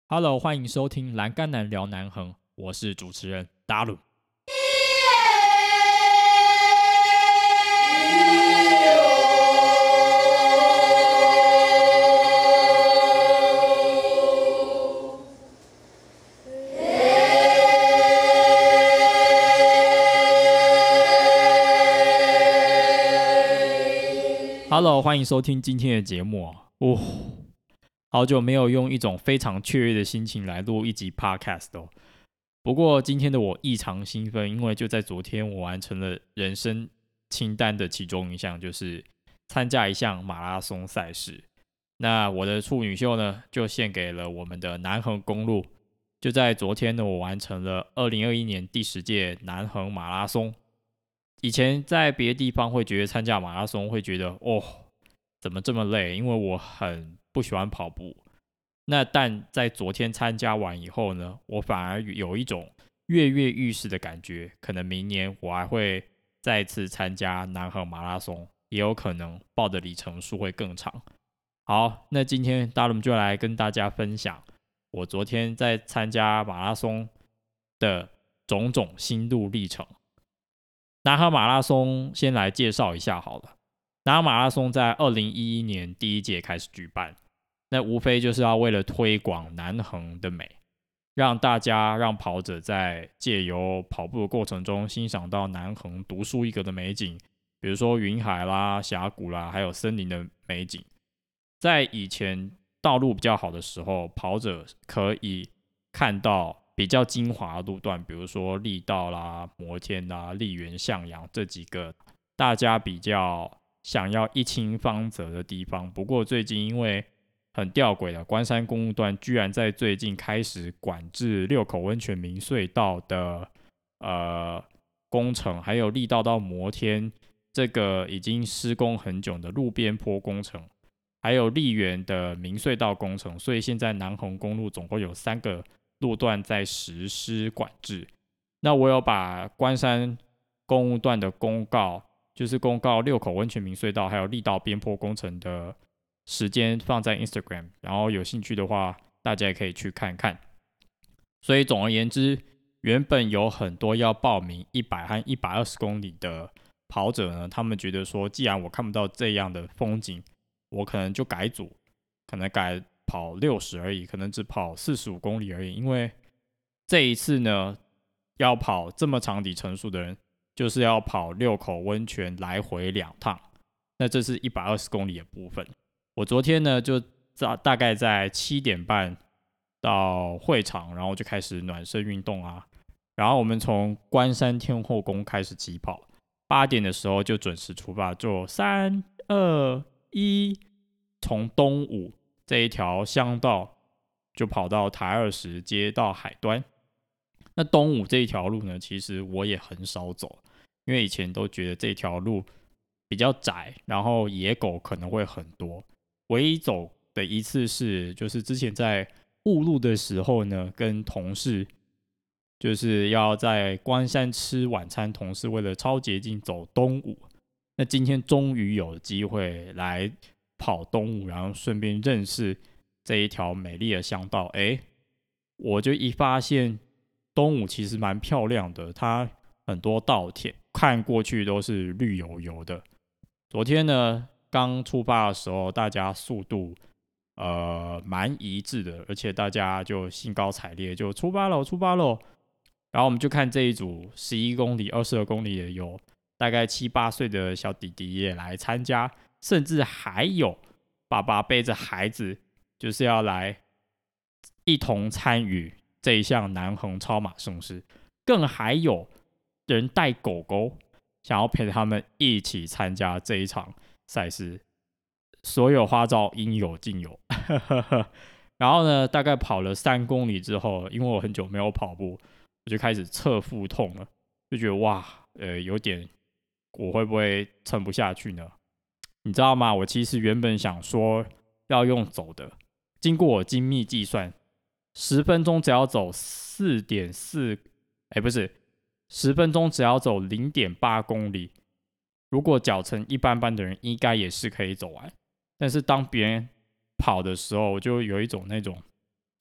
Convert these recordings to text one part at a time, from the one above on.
Hello，欢迎收听栏杆男聊南横，我是主持人达鲁。Hello，欢迎收听今天的节目好久没有用一种非常雀跃的心情来录一集 Podcast 哦。不过今天的我异常兴奋，因为就在昨天，我完成了人生清单的其中一项，就是参加一项马拉松赛事。那我的处女秀呢，就献给了我们的南横公路。就在昨天呢，我完成了2021年第10届南横马拉松。以前在别的地方会觉得参加马拉松会觉得怎么这么累，因为我很不喜欢跑步。但在昨天参加完以后呢，我反而有一种跃跃欲试的感觉，可能明年我还会再次参加南横马拉松，也有可能报的里程数会更长。好，那今天大龙就来跟大家分享我昨天在参加马拉松的种种心路历程。南横马拉松先来介绍一下好了。南横马拉松在2011年第一届开始举办，那无非就是要为了推广南横的美，让跑者在借由跑步的过程中欣赏到南横独树一格的美景，比如说云海啦、峡谷啦，还有森林的美景。在以前道路比较好的时候，跑者可以看到比较精华的路段，比如说力道啦、摩天啦、丽园、向阳这几个大家比较想要一清方泽的地方。不过最近因为很吊诡的，关山公路段居然在最近开始管制六口温泉明隧道的工程，还有力道到摩天这个已经施工很久的路边坡工程，还有丽园的明隧道工程，所以现在南横公路总共有3个路段在实施管制。那我有把关山公路段的公告，就是公告六口温泉明隧道还有力道边坡工程的时间放在 Instagram， 然后有兴趣的话大家也可以去看看。所以总而言之，原本有很多要报名100和120公里的跑者呢，他们觉得说既然我看不到这样的风景，我可能就改组，可能改跑60而已，可能只跑45公里而已。因为这一次呢，要跑这么长里程数的人，就是要跑六口温泉来回2趟，那这是120公里的部分。我昨天呢，就大概在7点半到会场，然后就开始暖身运动啊。然后我们从关山天后宫开始起跑，8点的时候就准时出发，就3、2、1，从东武这一条乡道就跑到台20接到海端。那东武这一条路呢，其实我也很少走，因为以前都觉得这条路比较窄，然后野狗可能会很多。唯一走的一次是，就是之前在雾路的时候呢，跟同事就是要在关山吃晚餐，同事为了超捷径走东武。那今天终于有机会来跑东武，然后顺便认识这一条美丽的乡道。我就一发现东武其实蛮漂亮的，它很多稻田，看过去都是绿油油的。昨天呢，刚出发的时候，大家速度蛮一致的，而且大家就兴高采烈，就出发喽，出发喽。然后我们就看这一组11公里、22公里的，有大概7、8岁的小弟弟也来参加，甚至还有爸爸背着孩子，就是要来一同参与这一项南横超马盛事，更还有人带狗狗，想要陪他们一起参加这一场赛事，所有花招应有尽有。然后呢，大概跑了3公里之后，因为我很久没有跑步，我就开始侧腹痛了，就觉得哇，有点我会不会撑不下去呢？你知道吗？我其实原本想说要用走的，经过我精密计算，10分钟只要走4.4，不是，10分钟只要走0.8公里，如果脚程一般般的人，应该也是可以走完。但是当别人跑的时候，我就有一种那种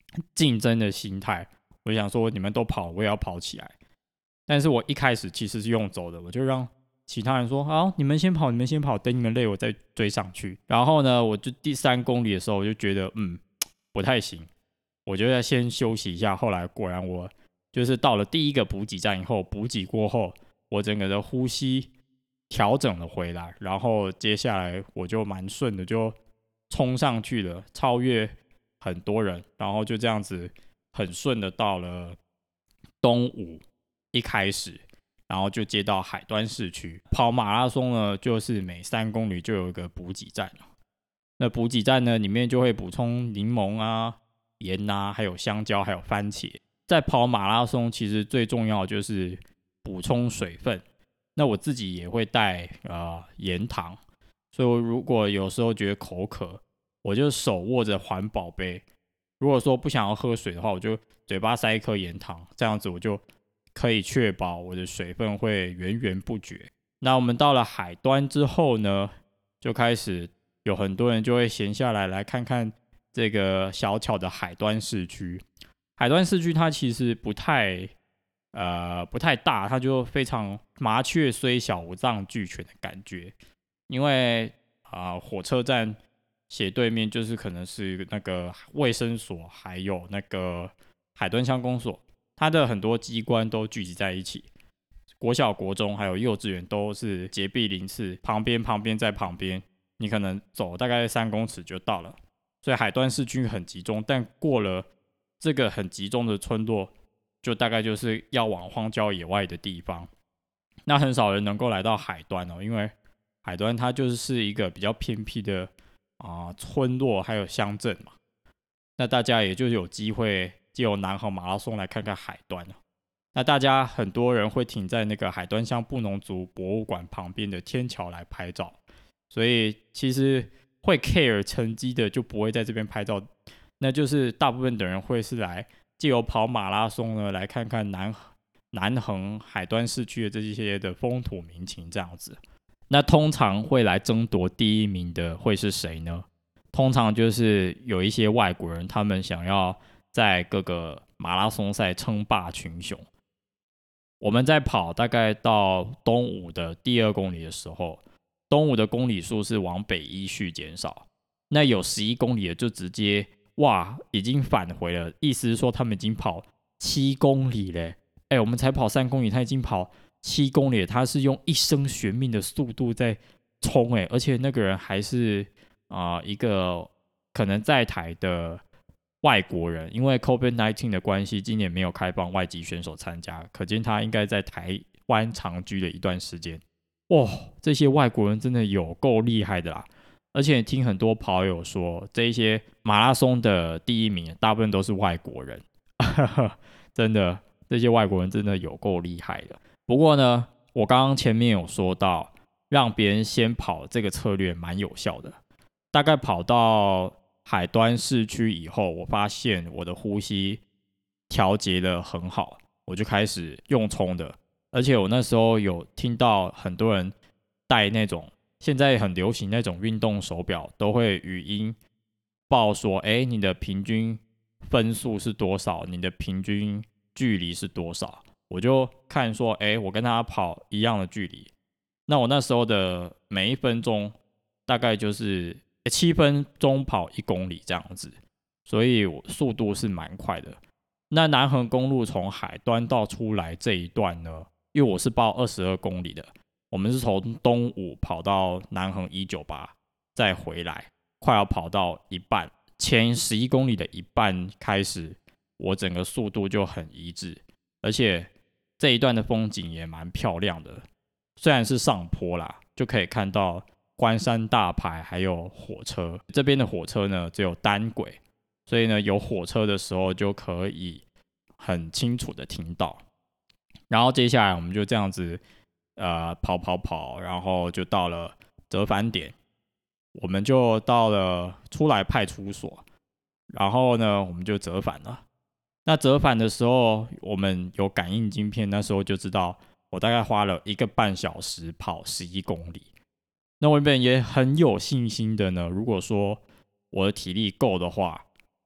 竞争的心态，我想说你们都跑，我也要跑起来。但是我一开始其实是用走的，我就让其他人说好，你们先跑，你们先跑，等你们累我再追上去。然后呢，我就第3公里的时候，我就觉得不太行，我就要先休息一下。后来果然我就是到了第一个补给站以后，补给过后，我整个的呼吸调整了回来，然后接下来我就蛮顺的，就冲上去了，超越很多人，然后就这样子很顺的到了东吴一开始，然后就接到海端市区。跑马拉松呢，就是每3公里就有一个补给站，那补给站呢里面就会补充柠檬啊、盐啊，还有香蕉，还有番茄。在跑马拉松，其实最重要的就是补充水分。那我自己也会带盐糖，所以我如果有时候觉得口渴，我就手握着环保杯。如果说不想要喝水的话，我就嘴巴塞一颗盐糖，这样子我就可以确保我的水分会源源不绝。那我们到了海端之后呢，就开始有很多人就会闲下来看看这个小巧的海端市区。海端市区它其实不太大，它就非常麻雀虽小五脏俱全的感觉。因为火车站斜对面就是可能是那个卫生所，还有那个海端乡公所，它的很多机关都聚集在一起。国小、国中还有幼稚园都是结壁邻次，旁边在旁边，你可能走大概3公尺就到了。所以海端市区很集中，但过了这个很集中的村落，就大概就是要往荒郊野外的地方。那很少人能够来到海端因为海端它就是一个比较偏僻的村落还有乡镇嘛。那大家也就有机会借由南横马拉松来看看海端那大家很多人会停在那个海端乡布农族博物馆旁边的天桥来拍照，所以其实会 care 成绩的就不会在这边拍照，那就是大部分的人会是来借由跑马拉松呢来看看南横海端市区的这些的风土民情这样子。那通常会来争夺第1名的会是谁呢？通常就是有一些外国人，他们想要在各个马拉松赛称霸群雄。我们在跑大概到东吴的第2公里的时候，东吴的公里数是往北依序减少，那有11公里的就直接已经返回了，意思是说他们已经跑7公里了。我们才跑3公里，他已经跑7公里了，他是用一生悬命的速度在冲而且那个人还是一个可能在台的外国人，因为 COVID-19 的关系，今年没有开放外籍选手参加，可见他应该在台湾长居了一段时间。这些外国人真的有够厉害的啦！而且听很多跑友说，这一些马拉松的第1名大部分都是外国人，真的，这些外国人真的有够厉害的。不过呢，我刚刚前面有说到，让别人先跑这个策略蛮有效的。大概跑到海端市区以后，我发现我的呼吸调节得很好，我就开始用冲的。而且我那时候有听到很多人带那种现在很流行那种运动手表，都会语音报说，你的平均分数是多少，你的平均距离是多少。我就看说，我跟他跑一样的距离，那我那时候的每1分钟大概就是7分钟跑1公里这样子，所以我速度是蛮快的。那南横公路从海端到出来这一段呢，因为我是报22公里的，我们是从东吴跑到南横198，再回来，快要跑到一半，前11公里的一半开始，我整个速度就很一致，而且这一段的风景也蛮漂亮的，虽然是上坡啦，就可以看到关山大牌还有火车。这边的火车呢只有单轨，所以呢有火车的时候就可以很清楚的听到。然后接下来我们就这样子跑，然后就到了折返点，我们就到了出来派出所，然后呢我们就折返了。那折返的时候，我们有感应晶片，那时候就知道我大概花了1个半小时跑11公里。那我原本也很有信心的呢，如果说我的体力够的话，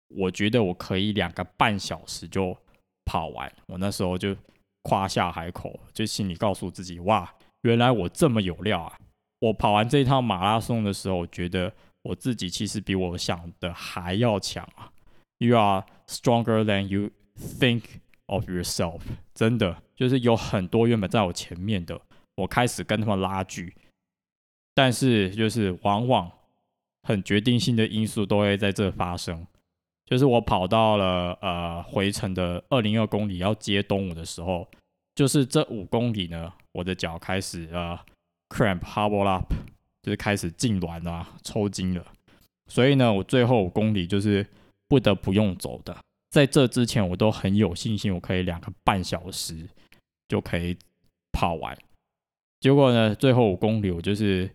我觉得我可以2个半小时就跑完。我那时候就夸下海口，就心里告诉自己，哇，原来我这么有料啊！我跑完这一趟马拉松的时候，我觉得我自己其实比我想的还要强啊。You are stronger than you think of yourself， 真的就是有很多原本在我前面的，我开始跟他们拉锯，但是就是往往很决定性的因素都会在这发生。就是我跑到了回程的202公里要接东吴的时候，就是这5公里呢，我的脚开始cramp hobble up， 就是开始痉挛啊，抽筋了。所以呢，我最后5公里就是不得不用走的。在这之前，我都很有信心，我可以2个半小时就可以跑完。结果呢，最后5公里我就是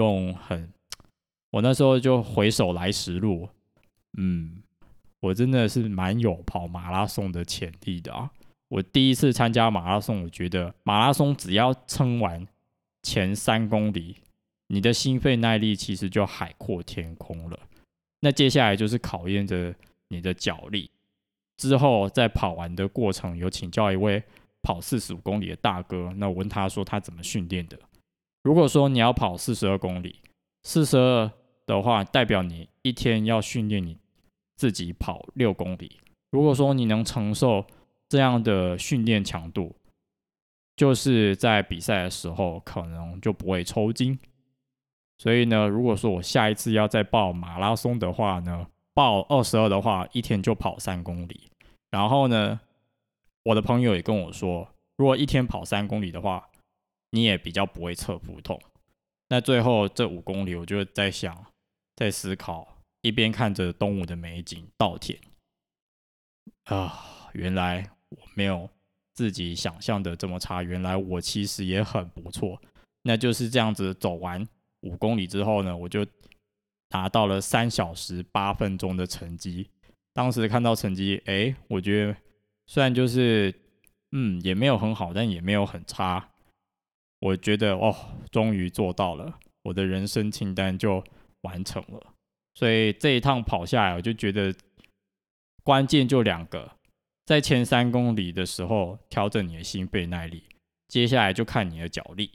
我那时候就回首来时路，我真的是蛮有跑马拉松的潜力的啊！我第一次参加马拉松，我觉得马拉松只要撑完前3公里，你的心肺耐力其实就海阔天空了。那接下来就是考验着你的脚力。之后在跑完的过程，有请教一位跑45公里的大哥，那我问他说他怎么训练的。如果说你要跑42公里，42的话，代表你一天要训练你自己跑6公里。如果说你能承受这样的训练强度，就是在比赛的时候可能就不会抽筋。所以呢，如果说我下一次要再报马拉松的话呢，报22的话，一天就跑3公里。然后呢，我的朋友也跟我说，如果一天跑3公里的话，你也比较不会侧腹痛。那最后这5公里，我就在想，在思考，一边看着东吴的美景稻田原来我没有自己想象的这么差，原来我其实也很不错。那就是这样子走完5公里之后呢，我就拿到了3小时8分钟的成绩。当时看到成绩，我觉得虽然就是也没有很好，但也没有很差。我觉得终于做到了，我的人生清单就完成了。所以这一趟跑下来，我就觉得关键就2个，在前3公里的时候调整你的心肺耐力，接下来就看你的脚力。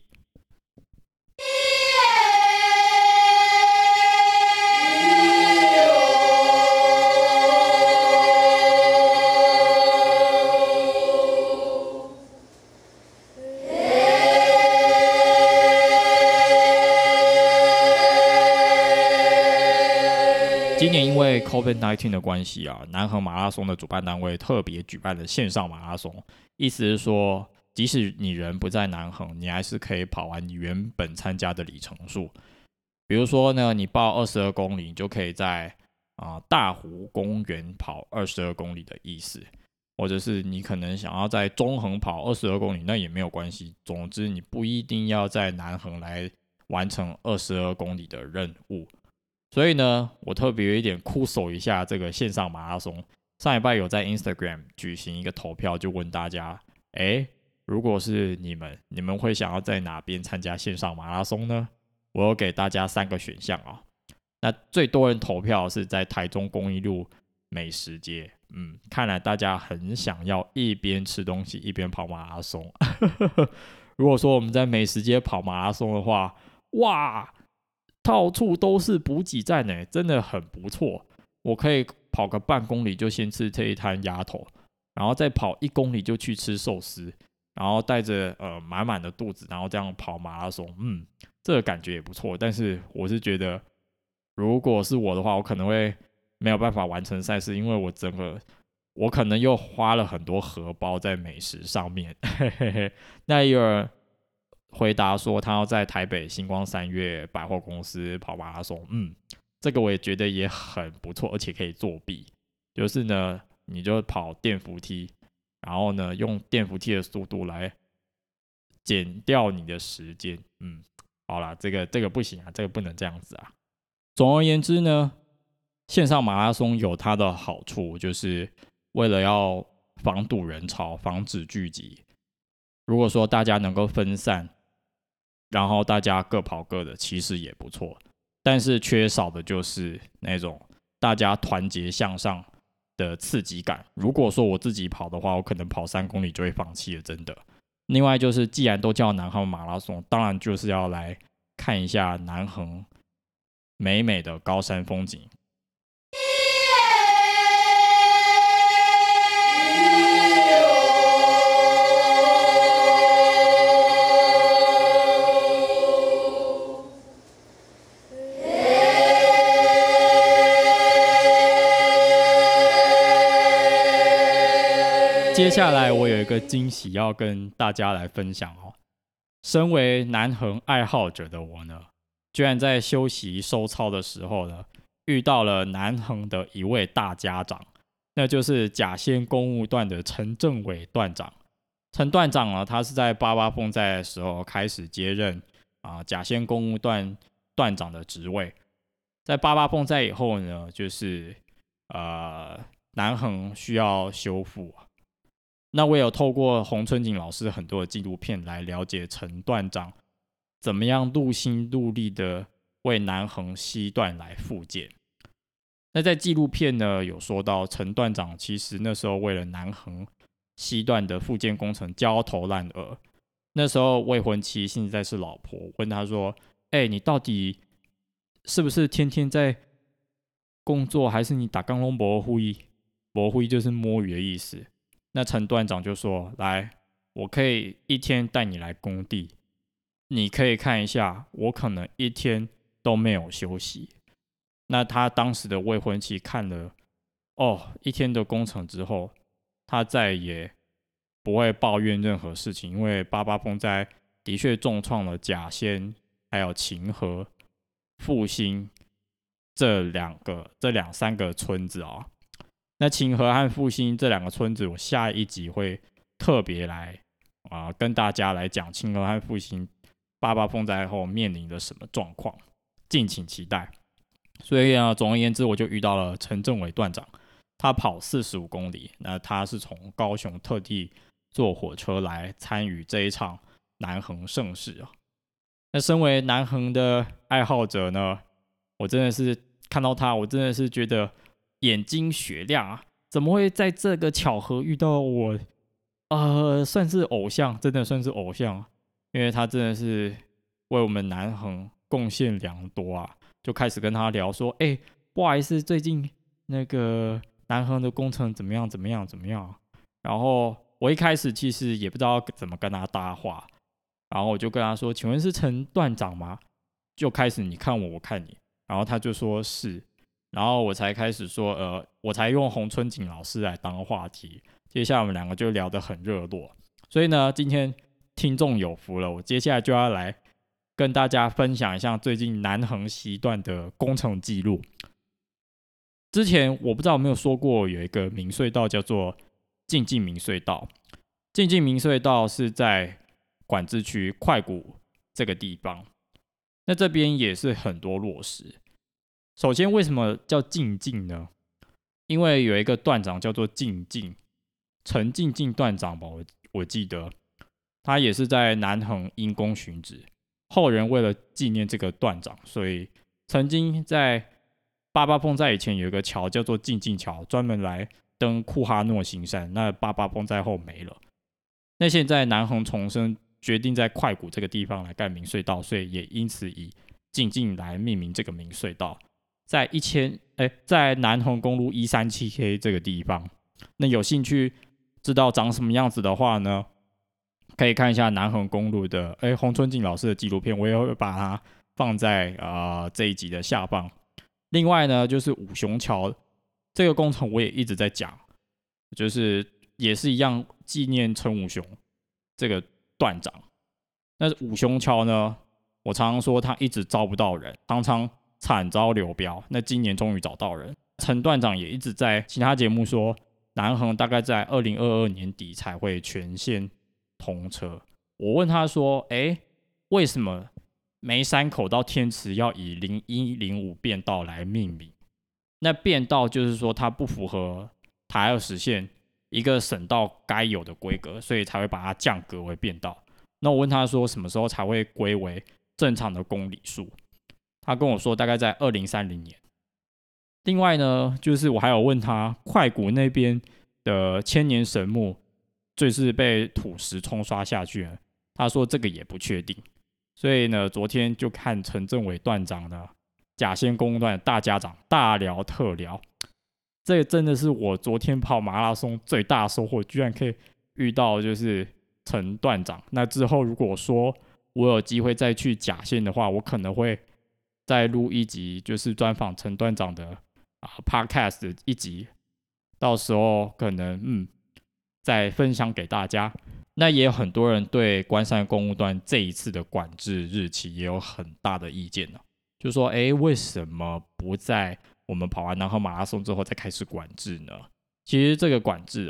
今年因为 COVID-19 的关系啊，南横马拉松的主办单位特别举办了线上马拉松，意思是说，即使你人不在南横，你还是可以跑完你原本参加的里程数。比如说呢，你报22公里，你就可以在大湖公园跑22公里的意思，或者是你可能想要在中横跑22公里，那也没有关系。总之，你不一定要在南横来完成22公里的任务。所以呢，我特别有一点酷手一下这个线上马拉松。上礼拜有在 Instagram 举行一个投票，就问大家，如果是你们会想要在哪边参加线上马拉松呢？我有给大家3个选项啊。那最多人投票是在台中公益路美食街，看来大家很想要一边吃东西一边跑马拉松。如果说我们在美食街跑马拉松的话，哇！到处都是补给站呢，真的很不错。我可以跑个半公里就先吃这一摊鸭头，然后再跑1公里就去吃寿司，然后带着满满的肚子，然后这样跑马拉松，这个感觉也不错。但是我是觉得，如果是我的话，我可能会没有办法完成赛事，因为我可能又花了很多荷包在美食上面。那有人回答说他要在台北星光3月百货公司跑马拉松，这个我也觉得也很不错，而且可以作弊。就是呢，你就跑电扶梯，然后呢用电扶梯的速度来减掉你的时间。好啦，这个不行啊，这个不能这样子啊。总而言之呢，线上马拉松有它的好处，就是为了要防堵人潮，防止聚集。如果说大家能够分散，然后大家各跑各的，其实也不错。但是缺少的就是那种大家团结向上、 的刺激感。如果说我自己跑的话，我可能跑3公里就会放弃了，真的。另外就是，既然都叫南横马拉松，当然就是要来看一下南横美美的高山风景。接下来我有一个惊喜要跟大家来分享哦。身为南横爱好者的我呢，居然在休息收操的时候呢，遇到了南横的一位大家长，那就是甲仙公务段的陈政伟段长。陈段长呢，他是在88风赛的时候开始接任甲仙公务段段长的职位。在88风赛以后呢，就是南横需要修复。那我有透过洪春景老师很多的纪录片来了解陈段长怎么样入心入力的为南横西段来复健。那在纪录片呢有说到，陈段长其实那时候为了南横西段的复健工程焦头烂额。那时候未婚妻现在是老婆问他说：“你到底是不是天天在工作，还是你打钢龙博会？博会就是摸鱼的意思。”那陈段长就说：“来，我可以一天带你来工地，你可以看一下，我可能一天都没有休息。”那他当时的未婚妻看了一天的工程之后，他再也不会抱怨任何事情，因为88风灾的确重创了甲仙还有秦河、复兴这两三个村子啊。那秦河和复兴这2个村子，我下一集会特别来跟大家来讲秦河和复兴88风灾后面临的什么状况，敬请期待。所以总而言之，我就遇到了陈政伟段长，他跑45公里，那他是从高雄特地坐火车来参与这一场南横盛事啊。那身为南横的爱好者呢，我真的是看到他，我真的是觉得眼睛雪亮啊！怎么会在这个巧合遇到我？算是偶像，真的算是偶像，因为他真的是为我们南横贡献良多啊！就开始跟他聊说，不好意思，最近那个南横的工程怎么样？然后我一开始其实也不知道怎么跟他搭话，然后我就跟他说：“请问是陈段长吗？”就开始你看我，我看你，然后他就说是。然后我才开始说，我才用洪春景老师来当话题，接下来我们2个就聊得很热络。所以呢，今天听众有福了，我接下来就要来跟大家分享一下最近南横西段的工程记录。之前我不知道有没有说过，有一个明隧道叫做进境明隧道。进境明隧道是在管制区快谷这个地方，那这边也是很多落石。首先，为什么叫进境呢？因为有一个段长叫做进境，陈进境段长吧，我记得他也是在南横因公殉职。后人为了纪念这个段长，所以曾经在88风灾以前有一个桥叫做进境桥，专门来登库哈诺新山。那88风灾后没了，那现在南横重生，决定在快谷这个地方来盖明隧道，所以也因此以进境来命名这个明隧道。在南横公路137K 这个地方，那有兴趣知道长什么样子的话呢，可以看一下南横公路的洪春景老师的纪录片，我也会把它放在这一集的下方。另外呢，就是五雄桥这个工程我也一直在讲，就是也是一样纪念陈武雄这个段长。那五雄桥呢，我常常说他一直招不到人，常常惨遭流标，那今年终于找到人。陈段长也一直在其他节目说，南横大概在2022年底才会全线通车。我问他说：“为什么梅山口到天池要以0105变道来命名？那变道就是说它不符合台20线一个省道该有的规格，所以才会把它降格为变道。那我问他说什么时候才会归为正常的公里数？他跟我说大概在2030年。 另外呢，就是我还有问他快谷那边的千年神木就是被土石冲刷下去了，他说这个也不确定。所以呢，昨天就看陈政伟段长的甲仙公路段大家长大聊特聊，这个真的是我昨天跑马拉松最大收获，居然可以遇到就是陈段长。那之后如果说我有机会再去甲仙的话，我可能会再录一集，就是专访陈段长的podcast 的一集，到时候可能再分享给大家。那也有很多人对关山公路段这一次的管制日期也有很大的意见呢，就说为什么不在我们跑完南河马拉松之后再开始管制呢？其实这个管制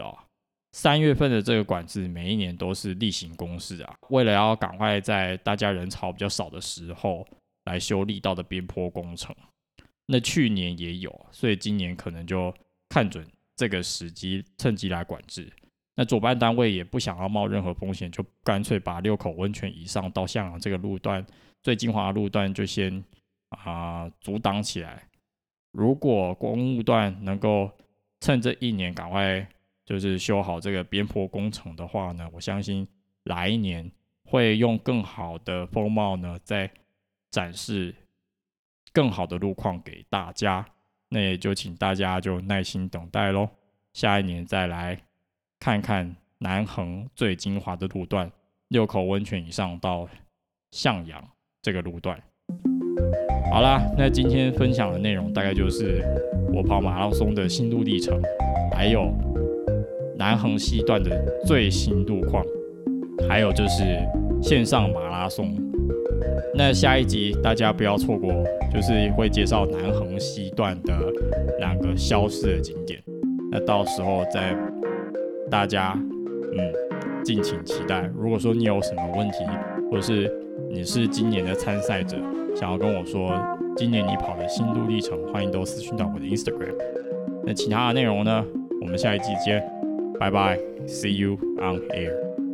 3月份的这个管制每一年都是例行公事啊，为了要赶快在大家人潮比较少的时候来修力道的边坡工程。那去年也有，所以今年可能就看准这个时机，趁机来管制。那主办单位也不想要冒任何风险，就干脆把六口温泉以上到向阳这个路段最精华的路段就先阻挡起来。如果公路段能够趁这一年赶快就是修好这个边坡工程的话呢，我相信来一年会用更好的风貌呢，再展示更好的路况给大家。那也就请大家就耐心等待咯，下一年再来看看南横最精华的路段，六口温泉以上到向阳这个路段。好啦，那今天分享的内容大概就是我跑马拉松的心路历程，还有南横西段的最新路况，还有就是线上马拉松。那下一集大家不要错过，就是会介绍南横西段的2个消失的景点。那到时候再大家敬请期待。如果说你有什么问题，或者是你是今年的参赛者，想要跟我说今年你跑的心路历程，欢迎都私讯到我的 Instagram。那其他的内容呢，我们下一集见，拜拜 ，See you on air。